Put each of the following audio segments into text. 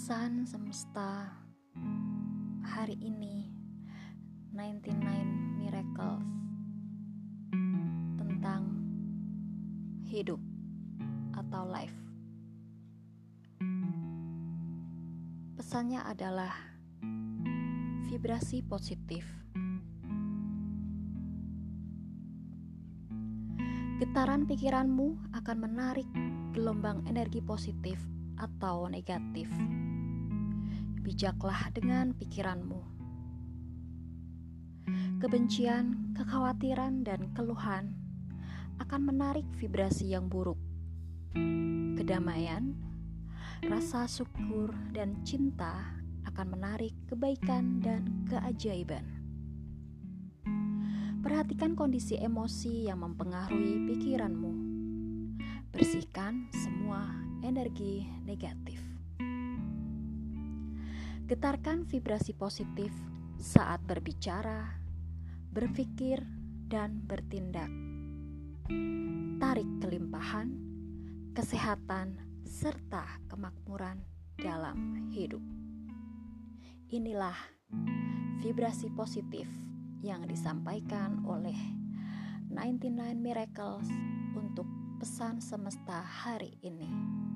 Pesan semesta hari ini 99 Miracles tentang hidup atau life. Pesannya adalah vibrasi positif. Getaran pikiranmu akan menarik gelombang energi positif atau negatif. Bijaklah dengan pikiranmu. Kebencian, kekhawatiran, dan keluhan akan menarik vibrasi yang buruk. Kedamaian, rasa syukur, dan cinta akan menarik kebaikan dan keajaiban. Perhatikan kondisi emosi yang mempengaruhi pikiranmu. Bersihkan semua energi negatif. Getarkan vibrasi positif saat berbicara, berpikir, dan bertindak. Tarik kelimpahan, kesehatan, serta kemakmuran dalam hidup. Inilah vibrasi positif yang disampaikan oleh 99 Miracles untuk pesan semesta hari ini.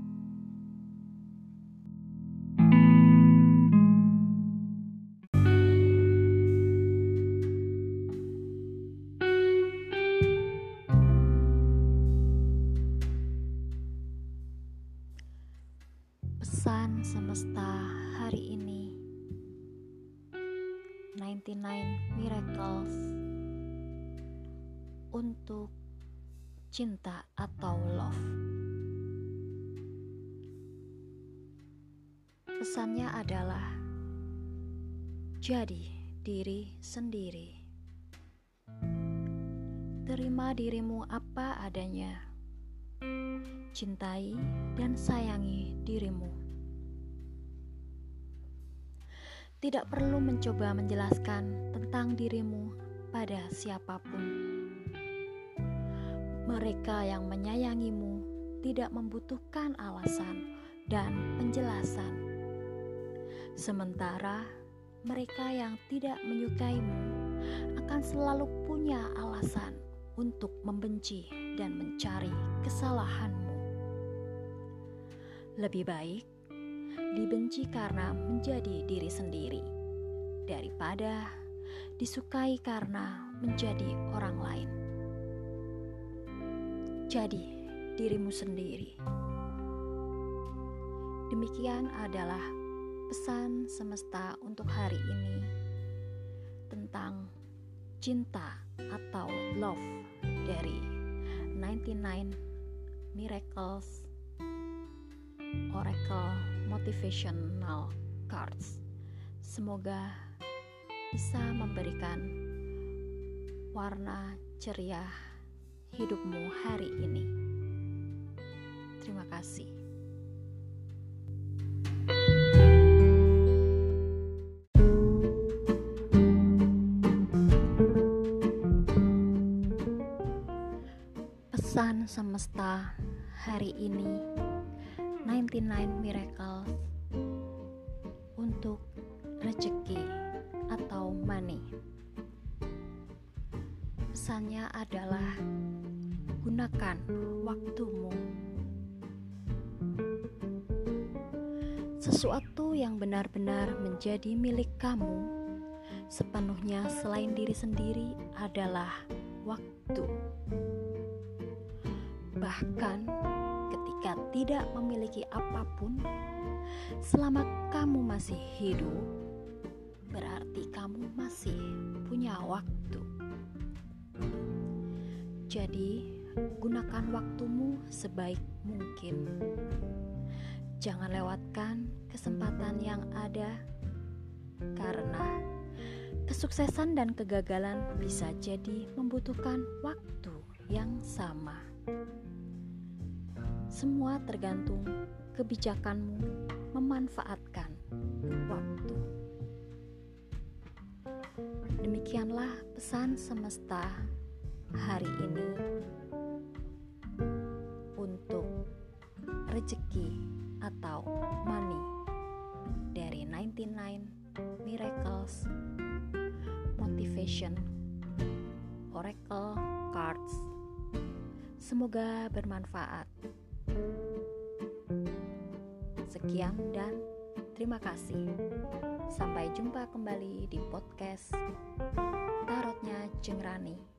Pesan semesta hari ini 99 Miracles untuk cinta atau love. Pesannya adalah jadi diri sendiri. Terima dirimu apa adanya. Cintai dan sayangi dirimu. Tidak perlu mencoba menjelaskan tentang dirimu pada siapapun. Mereka yang menyayangimu tidak membutuhkan alasan dan penjelasan. Sementara mereka yang tidak menyukaimu akan selalu punya alasan untuk membenci dan mencari kesalahanmu. Lebih baik dibenci karena menjadi diri sendiri daripada disukai karena menjadi orang lain. Jadi dirimu sendiri. Demikian adalah pesan semesta untuk hari ini tentang cinta atau love dari 99 Miracles Oracle Motivational Cards. Semoga bisa memberikan warna ceria hidupmu hari ini. Terima kasih. Pesan semesta hari ini 99 Miracles untuk rezeki atau money. Pesannya adalah gunakan waktumu. Sesuatu yang benar-benar menjadi milik kamu sepenuhnya selain diri sendiri adalah waktu. Bahkan ketika tidak memiliki apapun, selama kamu masih hidup, berarti kamu masih punya waktu. Jadi, gunakan waktumu sebaik mungkin. Jangan lewatkan kesempatan yang ada, karena kesuksesan dan kegagalan bisa jadi membutuhkan waktu yang sama. Semua tergantung kebijakanmu memanfaatkan waktu. Demikianlah pesan semesta hari ini untuk rezeki atau money. dari 99 Miracles Motivation Oracle Cards. Semoga bermanfaat. Sekian dan terima kasih. Sampai jumpa kembali di podcast Tarotnya Jeng Rani.